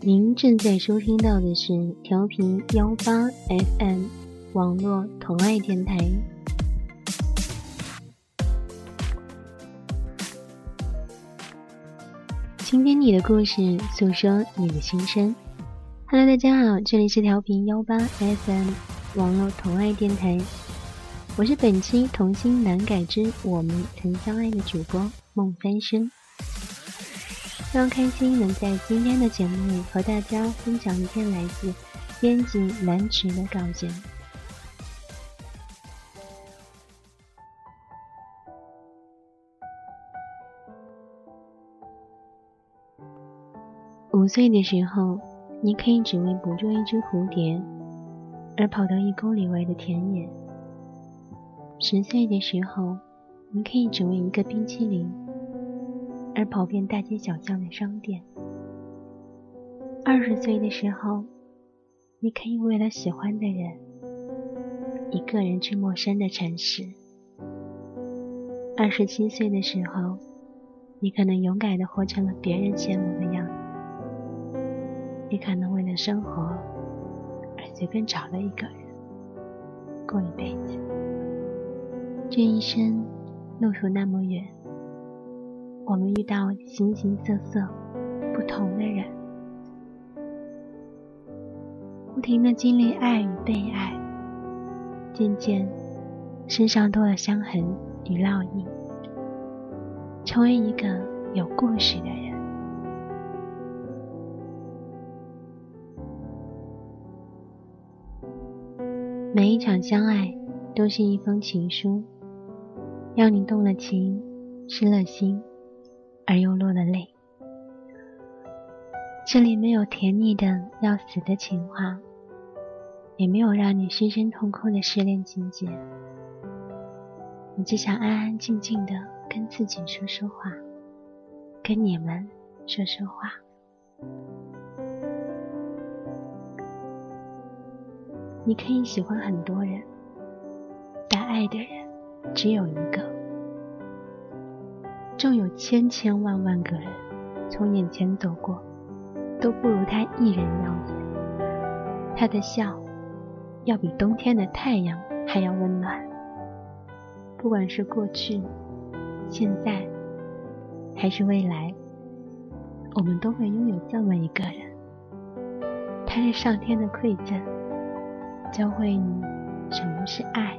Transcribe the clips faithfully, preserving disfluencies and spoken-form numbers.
您正在收听到的是调频一八 F M 网络同爱电台。倾听你的故事，诉说你的心声。Hello， 大家好，这里是调频一八 F M 网络同爱电台，我是本期童心难改之我们曾相爱的主播孟三生。非常开心能在今天的节目里和大家分享一篇来自编辑蓝池的稿件。五岁的时候，你可以只为捕捉一只蝴蝶而跑到一公里外的田野。十岁的时候，你可以只为一个冰淇淋而跑遍大街小巷的商店。二十岁的时候，你可以为了喜欢的人一个人去陌生的城市。二十七岁的时候，你可能勇敢地活成了别人羡慕的样子。你可能为了生活而随便找了一个人过一辈子。这一生路途那么远，我们遇到形形色色不同的人，不停地经历爱与被爱，渐渐身上多了伤痕与烙印，成为一个有故事的人。每一场相爱都是一封情书，让你动了情，失了心，而又落了泪。这里没有甜腻的要死的情话，也没有让你失声痛哭的失恋情节。我只想安安静静的跟自己说说话，跟你们说说话。你可以喜欢很多人，但爱的人只有一个。纵有千千万万个人从眼前走过，都不如他一人耀眼。他的笑要比冬天的太阳还要温暖。不管是过去、现在还是未来，我们都会拥有这么一个人。他是上天的馈赠，教会你什么是爱。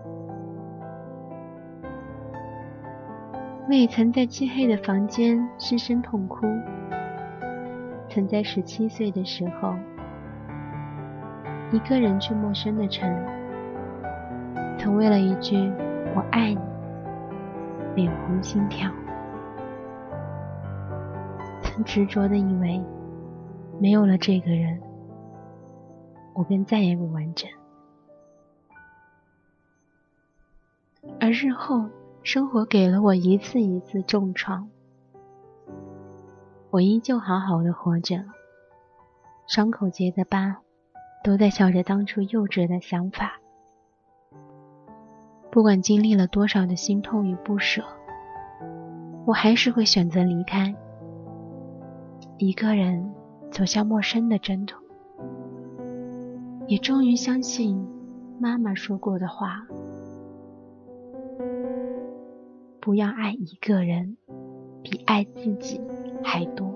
我也曾在漆黑的房间失声痛哭，曾在十七岁的时候一个人去陌生的城，曾为了一句我爱你脸红心跳，曾执着地以为没有了这个人我便再也不完整。而日后生活给了我一次一次重创，我依旧好好的活着，伤口结的疤都在笑着当初幼稚的想法。不管经历了多少的心痛与不舍，我还是会选择离开，一个人走向陌生的征途。也终于相信妈妈说过的话，不要爱一个人比爱自己还多。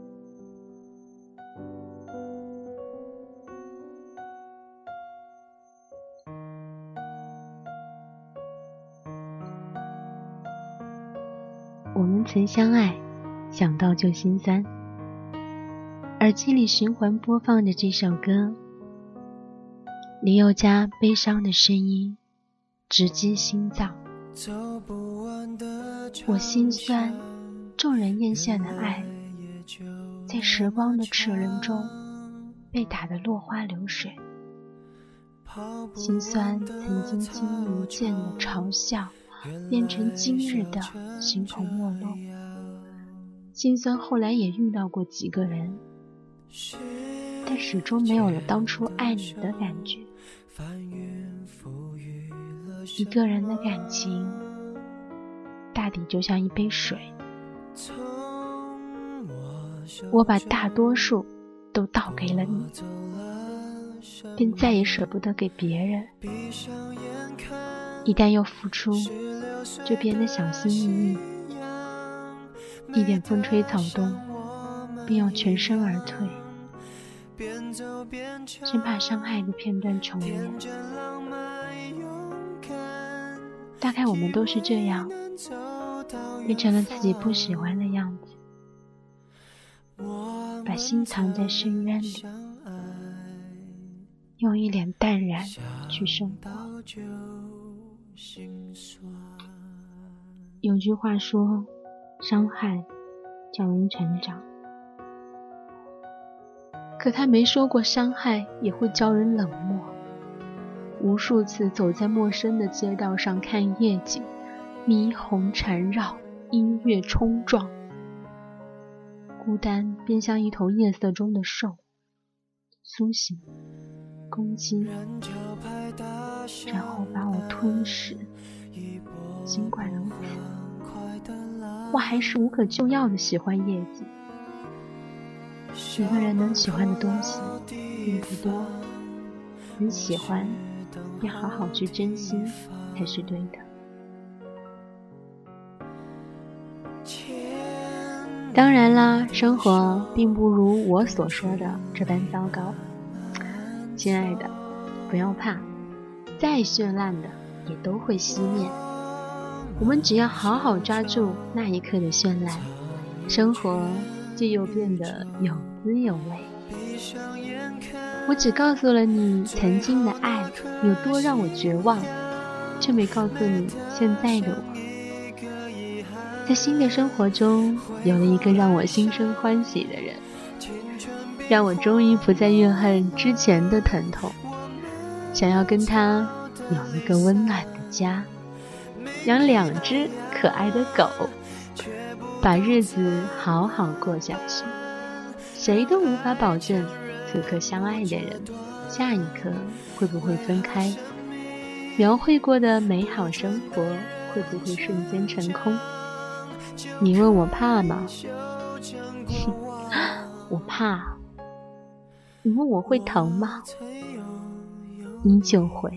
我们曾相爱，想到就心酸。耳机里循环播放着这首歌，林宥嘉悲伤的声音直击心脏。我心酸，众人艳羡的爱，在时光的齿轮中被打得落花流水。心酸曾经轻易一见的嘲笑，变成今日的形同陌路。心酸后来也遇到过几个人，但始终没有了当初爱你的感觉。一个人的感情大抵就像一杯水，我把大多数都倒给了你，便再也舍不得给别人。一旦要付出，就变得小心翼翼，一点风吹草动便要全身而退，生怕伤害的片段重演。大概我们都是这样，变成了自己不喜欢的样子，把心藏在深渊里，用一脸淡然去生活。有句话说，伤害叫人成长，可他没说过伤害也会教人冷漠。无数次走在陌生的街道上看夜景，霓虹缠绕，音乐冲撞，孤单便像一头夜色中的兽，苏醒攻击，然后把我吞噬。尽管如此，我还是无可救药的喜欢夜景。一个人能喜欢的东西并不多，你喜欢要好好去珍惜才是对的。当然啦，生活并不如我所说的这般糟糕。亲爱的，不要怕，再绚烂的也都会熄灭。我们只要好好抓住那一刻的绚烂，生活就又变得有滋有味。我只告诉了你曾经的爱有多让我绝望，却没告诉你现在的我，在新的生活中有了一个让我心生欢喜的人，让我终于不再怨恨之前的疼痛，想要跟他有一个温暖的家，养两只可爱的狗，把日子好好过下去。谁都无法保证此刻相爱的人下一刻会不会分开，描绘过的美好生活会不会瞬间成空。你问我怕吗？我怕。你问我会疼吗？依旧会。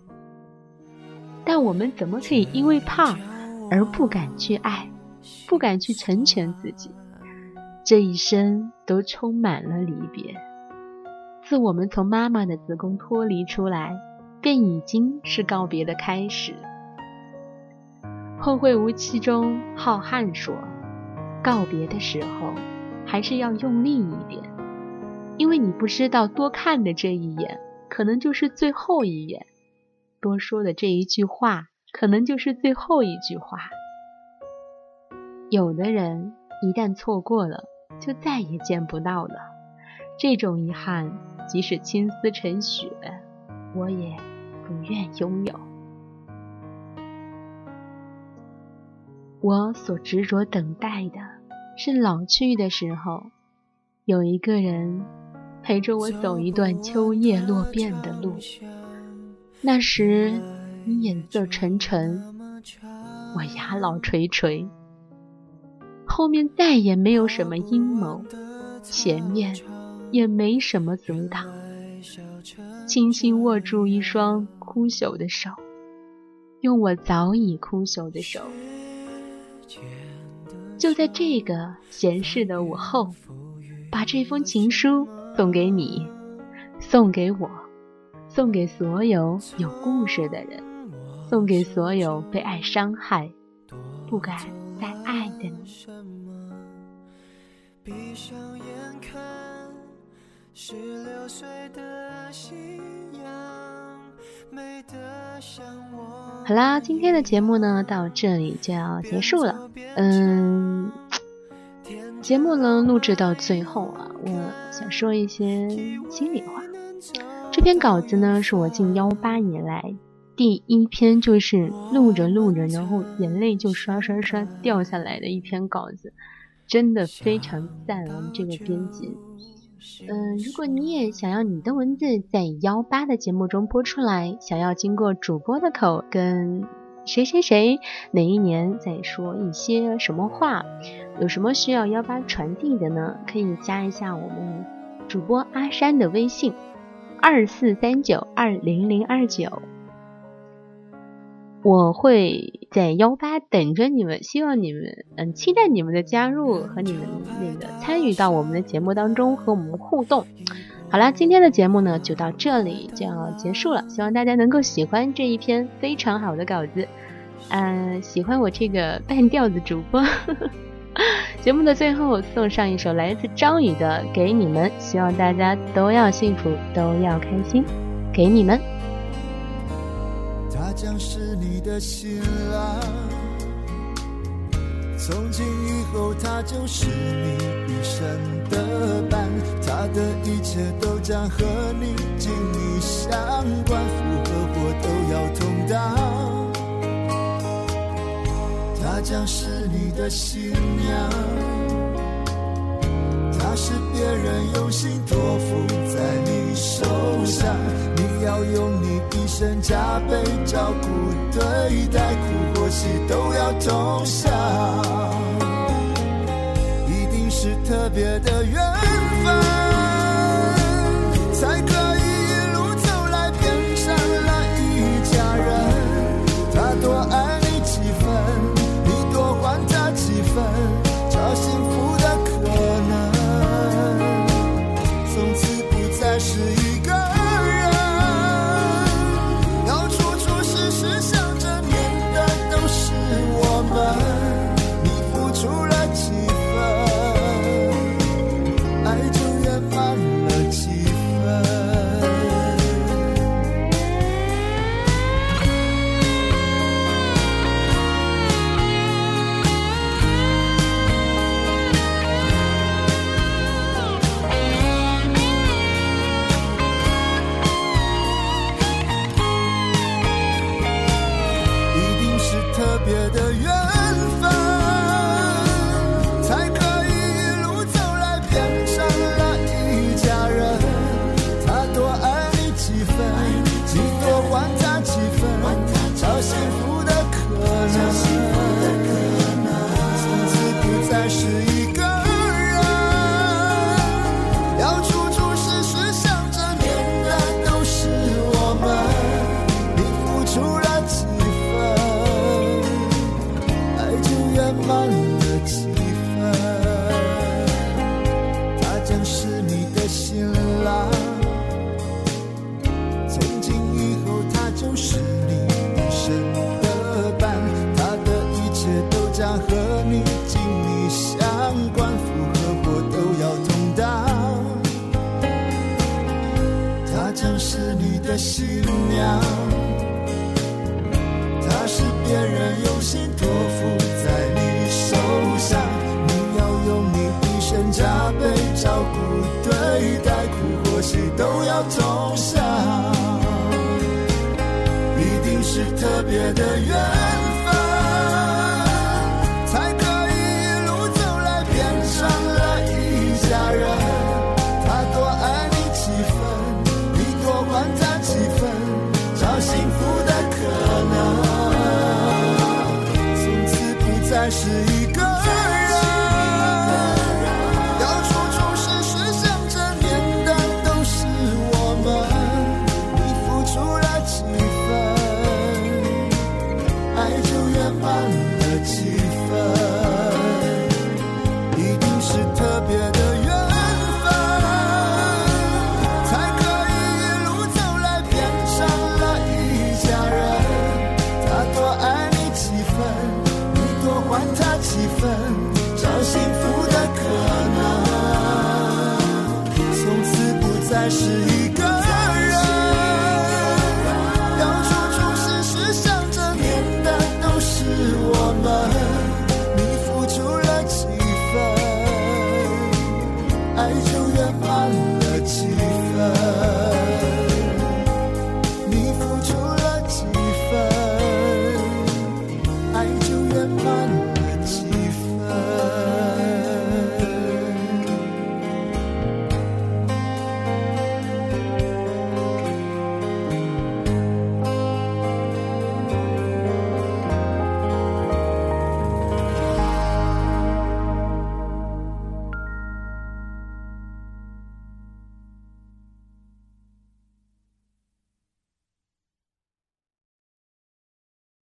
但我们怎么可以因为怕而不敢去爱，不敢去成全自己？这一生都充满了离别。自我们从妈妈的子宫脱离出来，便已经是告别的开始。后会无期中浩瀚说，告别的时候还是要用力一点，因为你不知道多看的这一眼可能就是最后一眼，多说的这一句话可能就是最后一句话。有的人一旦错过了就再也见不到了，这种遗憾即使青丝成雪，我也不愿拥有。我所执着等待的是老去的时候，有一个人陪着我走一段秋叶落遍的路。那时你眼色沉沉，我牙老垂垂，后面再也没有什么阴谋，前面也没什么阻挡，轻轻握住一双枯朽的手，用我早已枯朽的手。就在这个闲适的午后，把这封情书送给你，送给我，送给所有有故事的人，送给所有被爱伤害不敢再爱的你。闭上眼看十六岁的夕阳，美得像我。好啦，今天的节目呢到这里就要结束了。嗯，节目呢录制到最后啊，我想说一些心里话。这篇稿子呢是我进幺八以来第一篇，就是录着录着然后眼泪就刷刷刷掉下来的一篇稿子，真的非常赞我们这个编辑。嗯，如果你也想要你的文字在幺八的节目中播出来，想要经过主播的口跟谁谁谁哪一年再说一些什么话，有什么需要幺八传递的呢？可以加一下我们主播阿山的微信二四三九二零零二九，我会在幺八等着你们，希望你们嗯，期待你们的加入和你们那个参与到我们的节目当中和我们互动。好啦，今天的节目呢就到这里就要结束了，希望大家能够喜欢这一篇非常好的稿子，嗯，喜欢我这个半调子主播。节目的最后送上一首来自张宇的《给你们》，希望大家都要幸福，都要开心，给你们。 他将是你的新郎，从今以后他就是你一生的伴，他的一切都将和你紧密相关，福和祸都要同当。他将是你的新娘，他是别人用心托付在你手上，你要用你一生加倍照顾对待，苦或喜都要同享，一定是特别的缘分，才可以一路走来变成了一家人。他多爱你几分，你多还他几分，找幸福的可能，从此不再是一个人，要处处时时想着念的都是我们，你付出了几分，爱就圆满了几分。特别的缘分，才可以一路走来变成了一家人。他多爱你几分，你多还他几分，找幸福的可能，从此不再是一个人，要处处时时想着念的都是我们，你付出了几圆满了几分，他将是你的新郎，从今以后他就是你一生的伴，他的一切都将和你紧密相关，福和祸都要同当，他将是你的新娘，他是别人用心托付在你手上，你要用你一生加倍照顾对待，苦或喜都要同享，一定是特别的缘分，才可以一路走来变成了一家人。他多爱你几分，你多还他几分，找幸福的可能，再是一